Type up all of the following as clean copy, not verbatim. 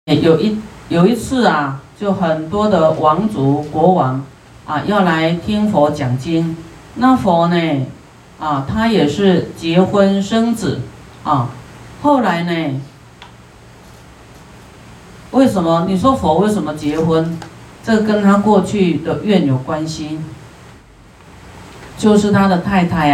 有一次啊，就很多的王族国王啊要来听佛讲经，那佛呢啊他也是结婚生子啊，后来呢，为什么你说佛为什么结婚？这跟他过去的愿有关系，就是他的太太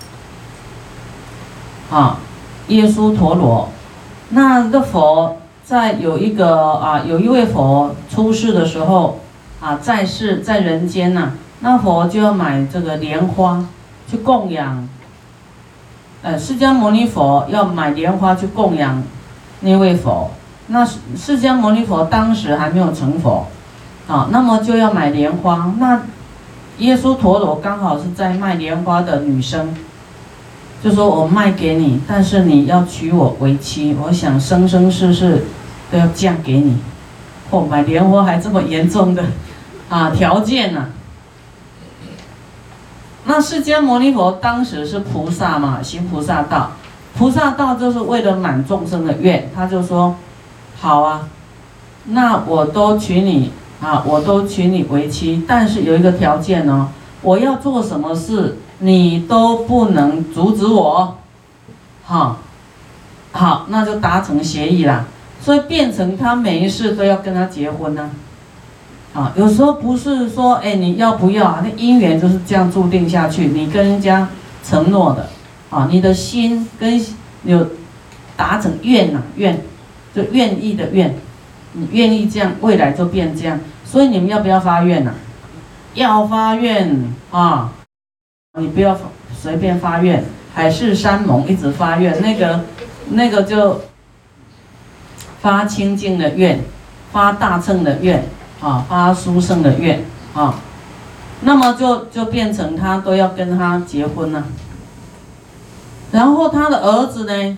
耶稣陀罗。那个佛在有一位佛出世的时候在世在人间那佛就要买这个莲花去供养，释迦牟尼佛要买莲花去供养那位佛。那释迦牟尼佛当时还没有成佛那么就要买莲花。那耶稣陀罗刚好是在卖莲花的女生，就说我卖给你，但是你要娶我为妻，我想生生世世都要嫁给你。买莲花还这么严重的条件那释迦牟尼佛当时是菩萨嘛，行菩萨道，菩萨道就是为了满众生的愿，他就说好啊，那我都娶你为妻，但是有一个条件哦，我要做什么事你都不能阻止我。好，那就达成协议啦。所以变成他每一世都要跟他结婚有时候不是说你要不要那姻缘就是这样注定下去，你跟人家承诺的你的心跟有达成愿就愿意的愿，你愿意这样，未来就变这样。所以你们要不要发愿要发愿你不要随便发愿，海誓山盟一直发愿，那个就发清净的愿，发大乘的愿发殊胜的愿那么就变成他都要跟他结婚了。然后他的儿子呢，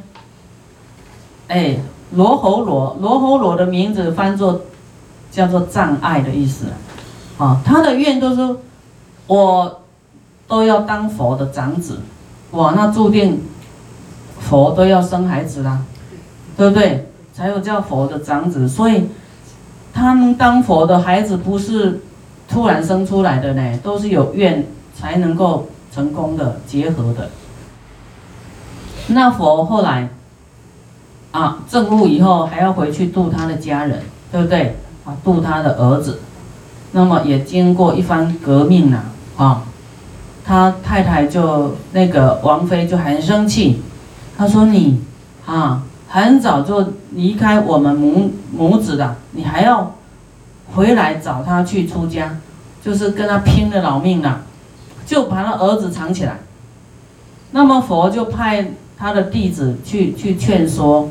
罗侯罗的名字翻作叫做障碍的意思他的愿都是我都要当佛的长子。那注定佛都要生孩子啦，对不对？才有叫佛的长子。所以他们当佛的孩子不是突然生出来的呢，都是有愿才能够成功的结合的。那佛后来证悟以后还要回去度他的家人，对不对？度他的儿子。那么也经过一番革命他太太就那个王妃就很生气，他说你很早就离开我们母子的，你还要回来找他去出家，就是跟他拼了老命了，就把他儿子藏起来。那么佛就派他的弟子去劝说，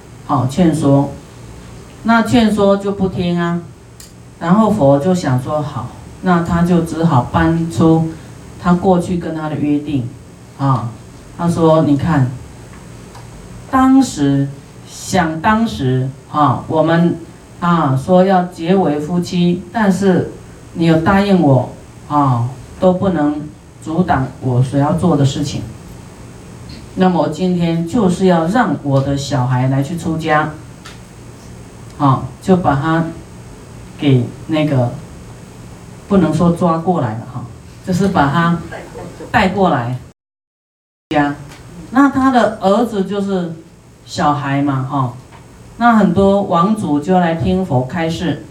那劝说就不听然后佛就想说好，那他就只好搬出他过去跟他的约定他说你看，当时我们说要结为夫妻，但是你有答应我都不能阻挡我所要做的事情。那么我今天就是要让我的小孩来去出家就把他给那个不能说抓过来了就是把他带过来家。那他的儿子就是小孩嘛那很多王族就来听佛开示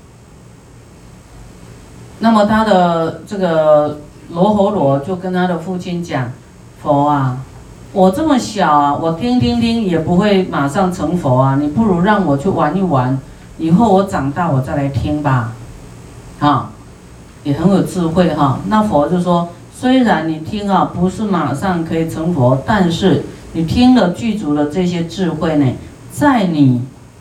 那么他的这个罗侯罗就跟他的父亲讲，佛我这么小我听也不会马上成佛你不如让我去玩一玩，以后我长大我再来听吧也很有智慧那佛就说，虽然你听不是马上可以成佛，但是你听了具足的这些智慧呢，在你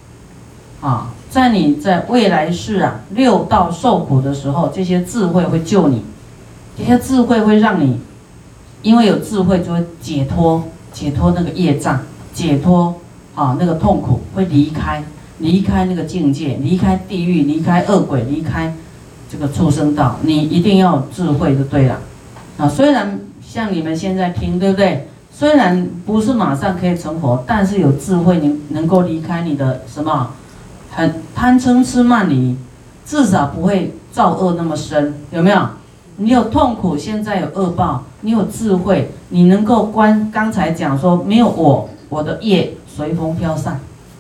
在未来世六道受苦的时候，这些智慧会救你，这些智慧会让你因为有智慧就会解脱那个业障，解脱那个痛苦，会离开那个境界，离开地狱，离开恶鬼，离开这个畜生道。你一定要有智慧就对了虽然像你们现在听，对不对？虽然不是马上可以成佛，但是有智慧，你能够离开你的什么很贪嗔痴慢疑，至少不会造恶那么深，有没有？你有痛苦，现在有恶报，你有智慧，你能够观。刚才讲说没有我的业随风飘散，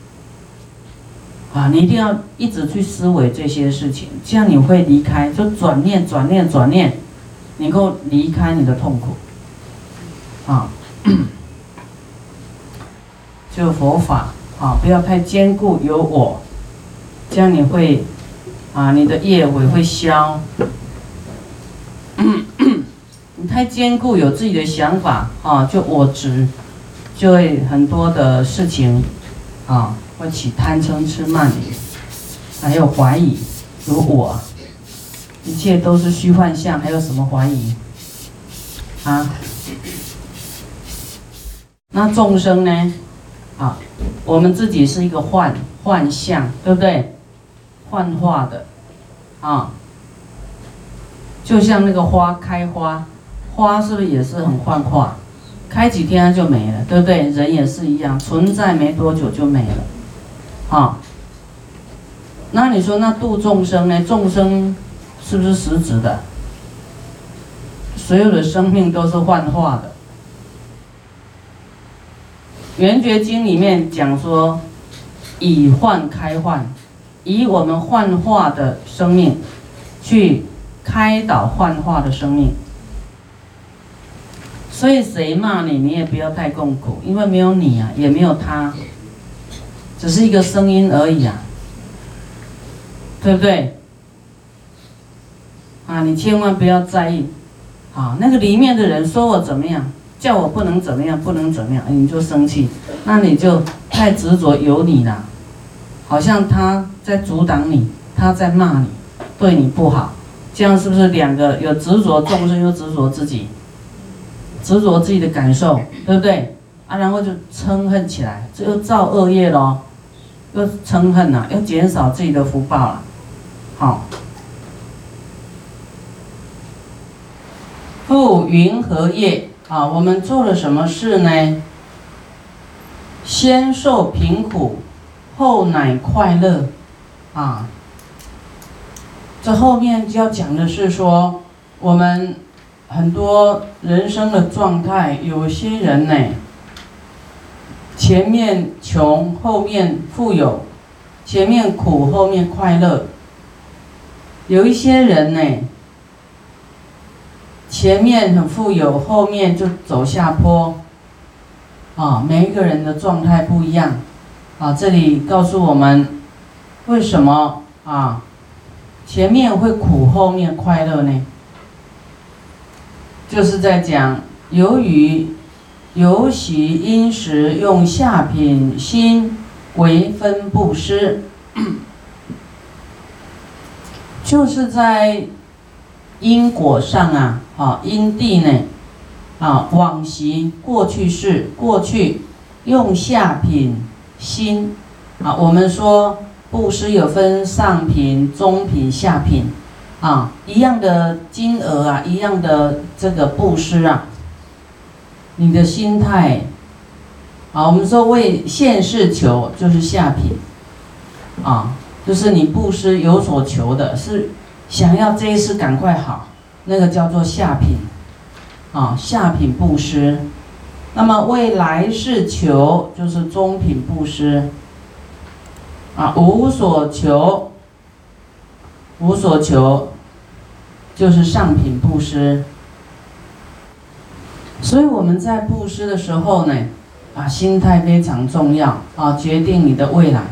啊，你一定要一直去思维这些事情，这样你会离开，就转念，能够离开你的痛苦，啊，就佛法啊，不要太坚固有我，这样你会啊，你的业尾会消。你太坚固有自己的想法啊，就我执，就会很多的事情啊，会起贪嗔痴慢疑，还有怀疑，有我，一切都是虚幻相，还有什么怀疑啊？那众生呢？啊，我们自己是一个幻象，对不对？幻化的啊，就像那个花开花。花是不是也是很幻化？开几天它就没了，对不对？人也是一样，存在没多久就没了，啊。那你说那度众生呢？众生是不是实质的？所有的生命都是幻化的。圆觉经里面讲说，以幻开幻，以我们幻化的生命去开导幻化的生命。所以谁骂你，你也不要太痛苦，因为没有你啊，也没有他，只是一个声音而已啊，对不对？啊，你千万不要在意，啊，那个里面的人说我怎么样，叫我不能怎么样，不能怎么样，你就生气，那你就太执着有你了，好像他在阻挡你，他在骂你，对你不好，这样是不是两个有执着众生，又执着自己？执着自己的感受，对不对？啊，然后就嗔恨起来，这又造恶业咯，又嗔恨了，又减少自己的福报了。好，复云何业啊？我们做了什么事呢？先受贫苦，后乃快乐啊。这后面就要讲的是说，我们很多人生的状态，有些人呢，前面穷，后面富有，前面苦，后面快乐。有一些人呢，前面很富有，后面就走下坡。啊，每一个人的状态不一样。啊，这里告诉我们，为什么啊，前面会苦，后面快乐呢？就是在讲，由于由习因时用下品心为分布施，就是在因果上啊，因地呢，啊，往昔过去世，过去用下品心啊，我们说布施有分上品、中品、下品。啊，一样的金额啊，一样的这个布施啊，你的心态，啊，我们说为现世求就是下品，啊，就是你布施有所求的，是想要这一世赶快好，那个叫做下品，啊，下品布施。那么为来世求就是中品布施，啊，无所求，无所求。就是上品布施，所以我们在布施的时候呢，啊，心态非常重要啊，决定你的未来。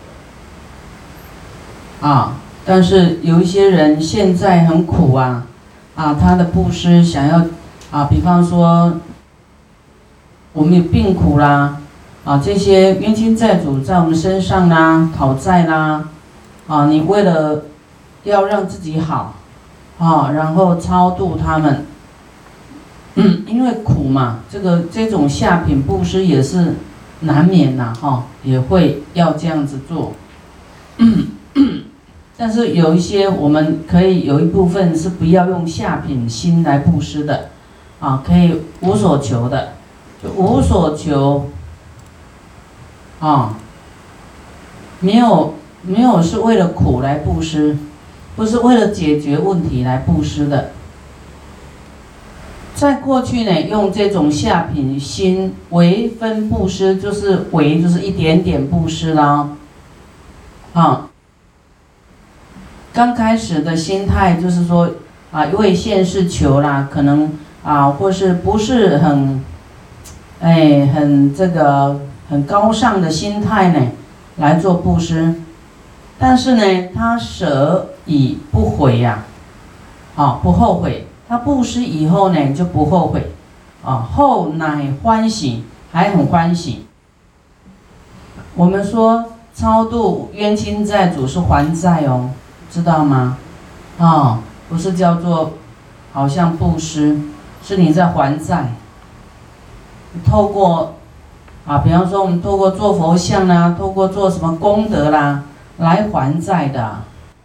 啊，但是有一些人现在很苦啊，啊，他的布施想要啊，比方说我们有病苦啦，啊，这些冤亲债主在我们身上啦，讨债啦，啊，你为了要让自己好。啊，然后超度他们，因为苦嘛，这种下品布施也是难免呐，也会要这样子做。但是有一些我们可以有一部分是不要用下品心来布施的，啊，可以无所求的，就无所求，啊，没没有是为了苦来布施，不是为了解决问题来布施的。在过去呢，用这种下品心微分布施，就是微就是一点点布施啦。刚开始的心态就是说为现世求啦，可能或是不是很这个很高尚的心态呢来做布施，但是呢，他舍以不悔呀，不后悔。他布施以后呢，就不后悔，后乃欢喜，还很欢喜。我们说超度冤亲债主是还债哦，知道吗？不是叫做好像布施，是你在还债。透过比方说我们透过做佛像啦，透过做什么功德啦，来还债的。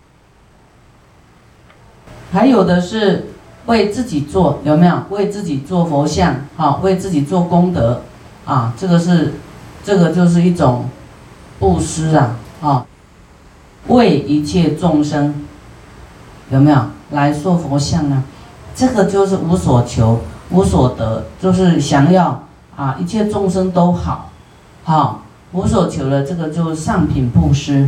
还有的是为自己做，有没有？为自己做佛像，为自己做功德，这个就是一种布施为一切众生，有没有？来做佛像呢？这个就是无所求、无所得，就是想要一切众生都好，无所求的这个就是上品布施。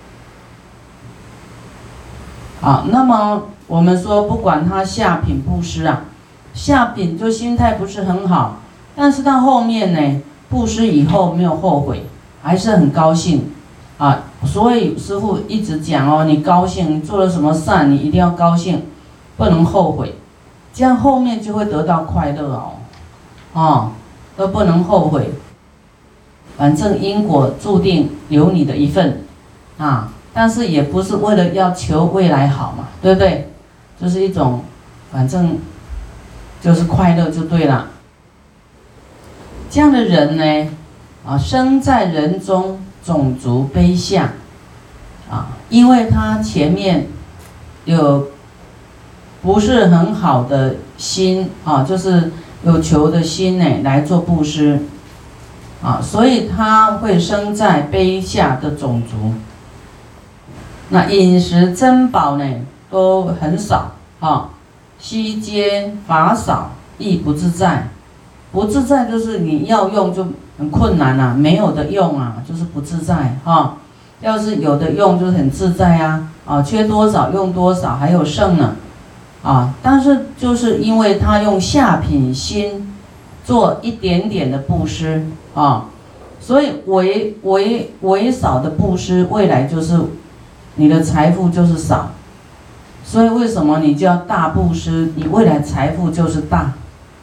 那么我们说，不管他下品布施下品就心态不是很好，但是到后面呢，布施以后没有后悔，还是很高兴所以师父一直讲你高兴，你做了什么善，你一定要高兴，不能后悔，这样后面就会得到快乐都不能后悔。反正因果注定有你的一份但是也不是为了要求未来好嘛，对不对？就是一种，反正就是快乐就对了。这样的人呢，生在人中，种族卑下，因为他前面有不是很好的心就是有求的心来做布施所以他会生在卑下的种族。那饮食珍宝呢都很少悉皆乏少，亦不自在。不自在就是你要用就很困难没有的用就是不自在要是有的用就是很自在缺多少用多少，还有剩呢但是就是因为他用下品心做一点点的布施所以微少的布施，未来就是你的财富就是少。所以为什么你就要大布施？你未来财富就是大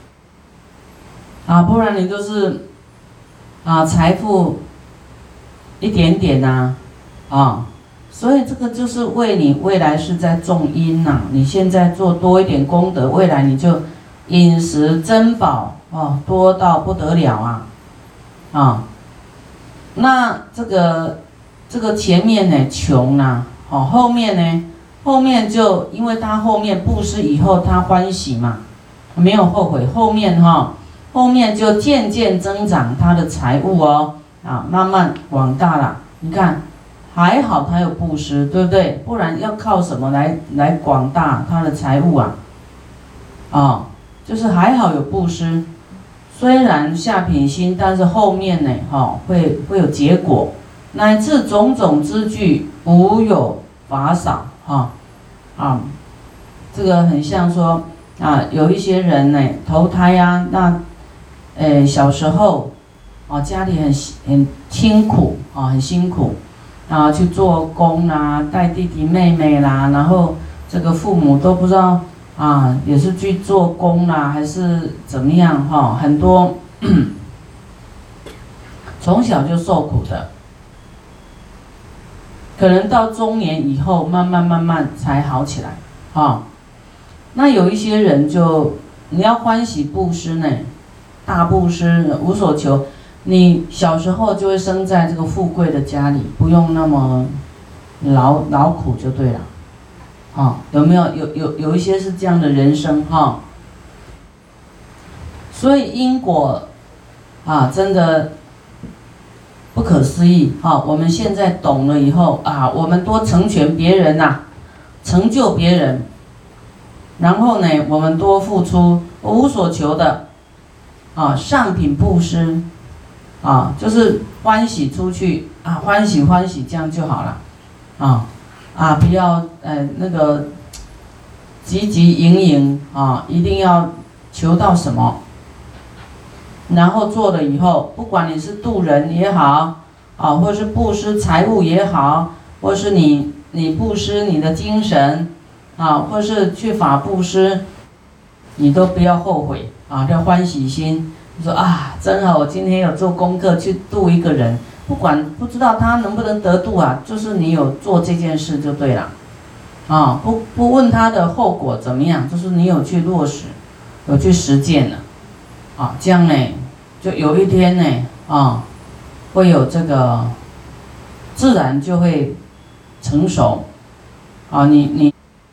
不然你就是财富一点点所以这个就是为你未来是在种因你现在做多一点功德，未来你就饮食珍宝多到不得了那这个前面呢穷后面呢？后面就因为他后面布施以后他欢喜嘛，没有后悔，后面就渐渐增长他的财物慢慢广大了。你看还好他有布施，对不对？不然要靠什么来广大他的财物就是还好有布施，虽然下品心，但是后面呢会有结果，乃至种种之具无有乏少这个很像说有一些人呢投胎那小时候家里很辛苦很辛苦去做工带弟弟妹妹啦，然后这个父母都不知道也是去做工啦还是怎么样很多从小就受苦的。可能到中年以后，慢慢才好起来那有一些人就你要欢喜布施呢，大布施无所求，你小时候就会生在这个富贵的家里，不用那么劳苦就对了有没有？有一些是这样的人生所以因果真的不可思议啊！我们现在懂了以后啊，我们多成全别人呐，成就别人。然后呢，我们多付出，无所求的啊，上品布施啊，就是欢喜出去啊，欢喜欢喜这样就好了啊，不要那个汲汲营营啊，一定要求到什么。然后做了以后，不管你是渡人也好，啊，或是布施财物也好，或是你布施你的精神，啊，或是去法布施，你都不要后悔啊，要欢喜心。你说啊，真好，我今天有做功课去度一个人，不知道他能不能得度啊，就是你有做这件事就对了，啊，不问他的后果怎么样，就是你有去落实，有去实践了。啊，这样呢，就有一天呢，啊，会有这个，自然就会成熟，啊，你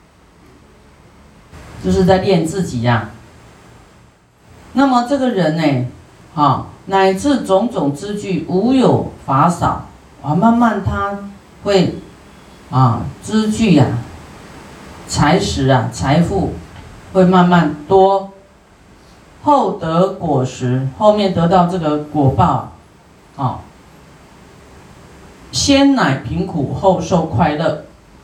就是在练自己呀。那么这个人呢，啊，乃至种种之具，无有法少，啊，慢慢他会，啊，资具啊，财食啊，财富会慢慢多。后得果实，后面得到这个果报，啊，先乃贫苦，后受快乐。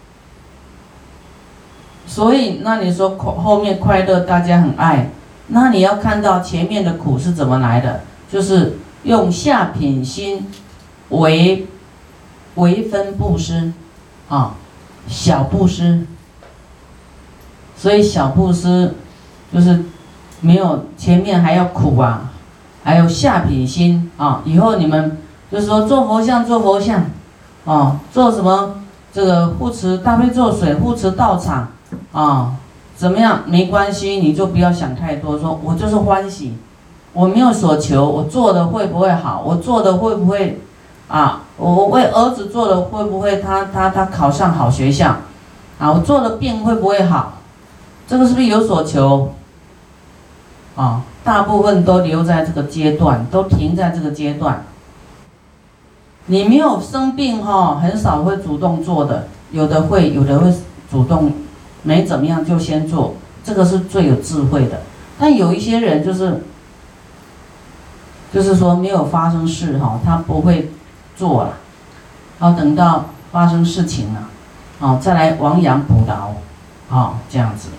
所以，那你说后面快乐大家很爱，那你要看到前面的苦是怎么来的，就是用下品心为分布施，啊，小布施。所以小布施就是。没有前面还要苦啊，还有下品心啊！以后你们就是说做佛像，啊，做什么这个护持大悲咒水，护持道场啊，怎么样没关系，你就不要想太多，说我就是欢喜，我没有所求，我做的会不会好？我做的会不会啊？我为儿子做的会不会他考上好学校啊？我做的病会不会好？这个是不是有所求？啊，大部分都留在这个阶段，都停在这个阶段。你没有生病哈，很少会主动做的，有的会主动，没怎么样就先做，这个是最有智慧的。但有一些人就是说没有发生事哈，他不会做了，然后等到发生事情了，啊，再来亡羊补牢，啊，这样子。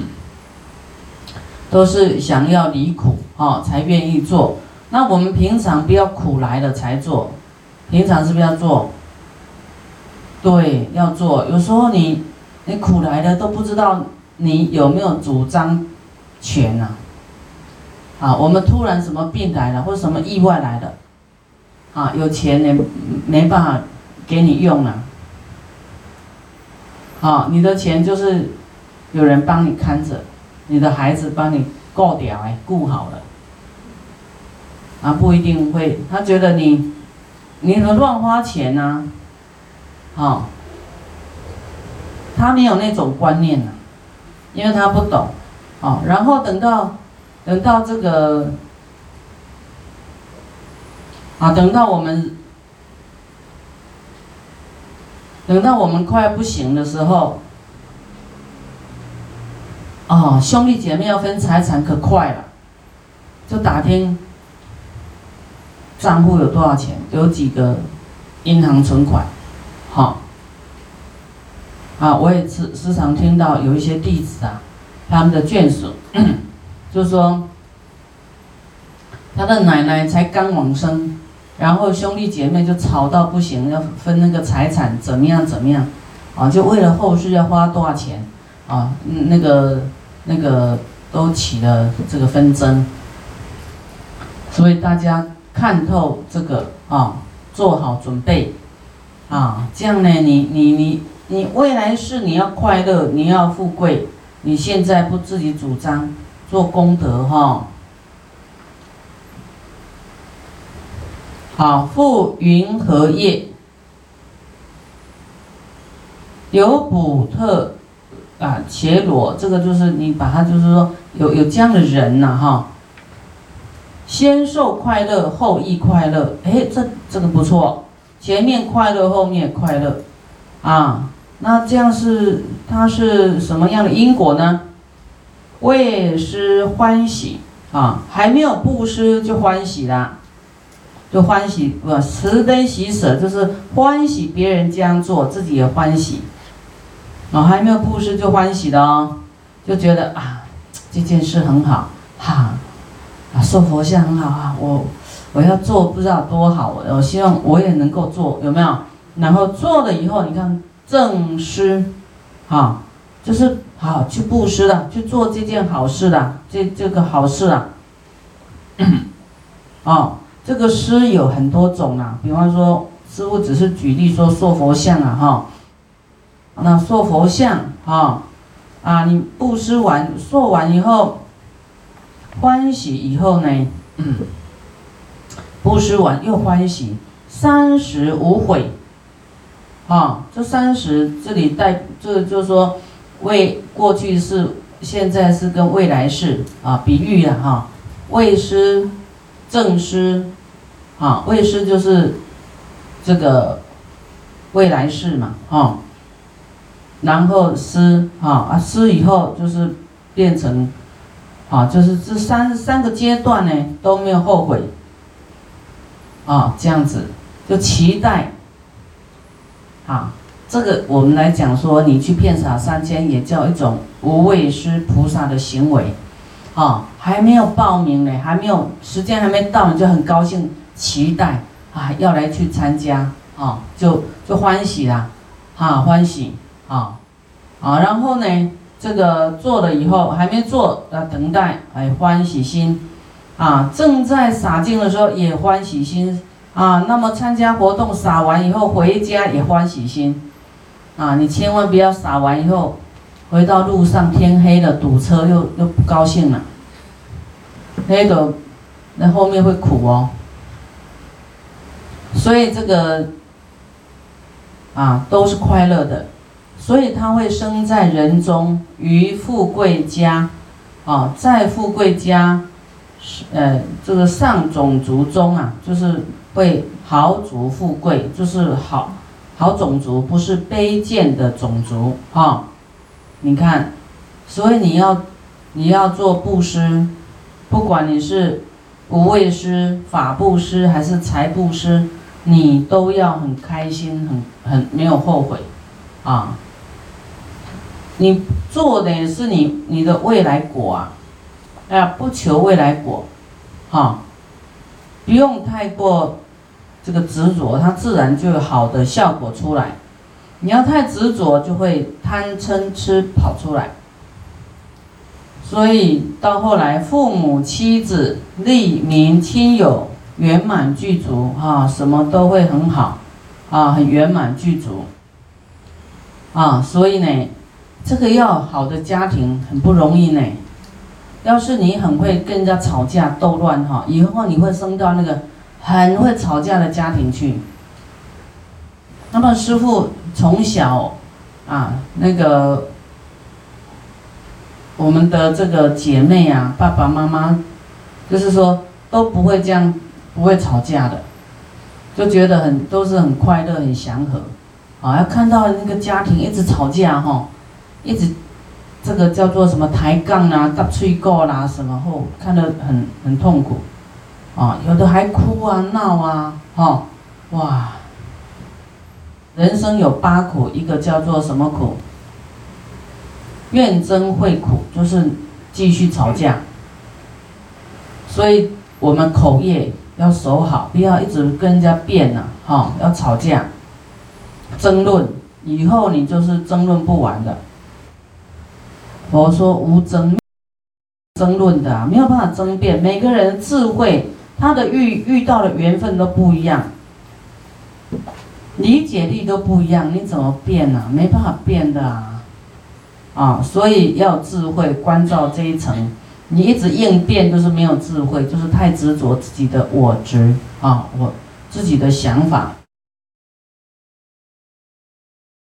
都是想要离苦啊，才愿意做。那我们平常不要苦来了才做，平常是不是要做？对，要做。有时候你苦来了都不知道你有没有主张权啊？啊，我们突然什么病来了，或者什么意外来了，啊，有钱也没办法给你用了，啊，你的钱就是有人帮你看着。你的孩子帮你顾掉顾好了，啊，不一定会，他觉得你乱花钱呐，啊，他没有那种观念呐，因为他不懂，啊，然后等到这个，啊，等到我们快要不行的时候。哦，兄弟姐妹要分财产可快了，就打听账户有多少钱，有几个银行存款，好，我也时常听到有一些弟子啊，他们的眷属，就是说他的奶奶才刚往生，然后兄弟姐妹就吵到不行，要分那个财产怎么样，啊，就为了后事要花多少钱。啊，那个都起了这个纷争，所以大家看透这个啊，做好准备啊，这样呢，你未来是你要快乐，你要富贵，你现在不自己主张做功德哈。好，复云何业？有补特。啊，伽罗，这个就是你把它就是说有这样的人呐哈，先受快乐后亦快乐，哎，这个不错前面快乐，后面也快乐，啊，那这样它是什么样的因果呢？为施欢喜啊，还没有布施就欢喜啦，就欢喜慈悲喜舍，就是欢喜别人这样做，自己也欢喜，啊，还没有布施就欢喜的哦，就觉得啊这件事很好，塑佛像很好啊，我要做不知道多好，我希望我也能够做，有没有？然后做了以后，你看正施，就是好去布施了，去做这件好事了，这个好事啊，这个施有很多种啦，比方说师父只是举例说塑佛像啊，那塑佛像你布施完塑完以后，欢喜以后呢，布施完又欢喜，30无悔，这30这里就是说为过去式、现在式跟未来式比喻了未施、正施，未施就是这个未来式嘛，然后施施以后就是变成就是这三个阶段呢都没有后悔。这样子就期待，这个我们来讲说，你去遍洒3000也叫一种无畏施菩萨的行为，还没有报名呢，还没有时间还没到，你就很高兴，期待要来去参加，就欢喜啦，欢喜然后呢，这个做了以后还没做，等待，欢喜心。正在洒净的时候也欢喜心那么参加活动洒完以后回家也欢喜心你千万不要洒完以后回到路上天黑了堵车又不高兴了，那后面会苦哦。所以这个都是快乐的，所以他会生在人中，于富贵家在富贵家。这个上种族中就是会豪族富贵，就是好种族，不是卑贱的种族你看，所以你要做布施，不管你是无畏施、法布施还是财布施，你都要很开心，很没有后悔你做的也是你的未来果不求未来果，不用太过这个执着，它自然就有好的效果出来。你要太执着，就会贪嗔痴跑出来。所以到后来，父母、妻子、利民、亲友圆满具足什么都会很好很圆满具足所以呢，这个要好的家庭很不容易呢。要是你很会跟人家吵架斗乱以后你会生到那个很会吵架的家庭去。那么师父从小那个我们的这个姐妹爸爸妈妈就是说都不会这样，不会吵架的，就觉得都是很快乐很祥和要看到那个家庭一直吵架一直这个叫做什么抬杠搭嘴鼓啦什么看得很痛苦有的还哭闹哇，人生有8苦，一个叫做什么苦？怨憎会苦，就是继续吵架。所以我们口业要守好，不要一直跟人家辩要吵架争论，以后你就是争论不完的。佛说无争论的没有办法争辩，每个人的智慧，他的遇到的缘分都不一样，理解力都不一样，你怎么辩没办法辩的所以要有智慧关照这一层。你一直应变就是没有智慧，就是太执着自己的我执我自己的想法。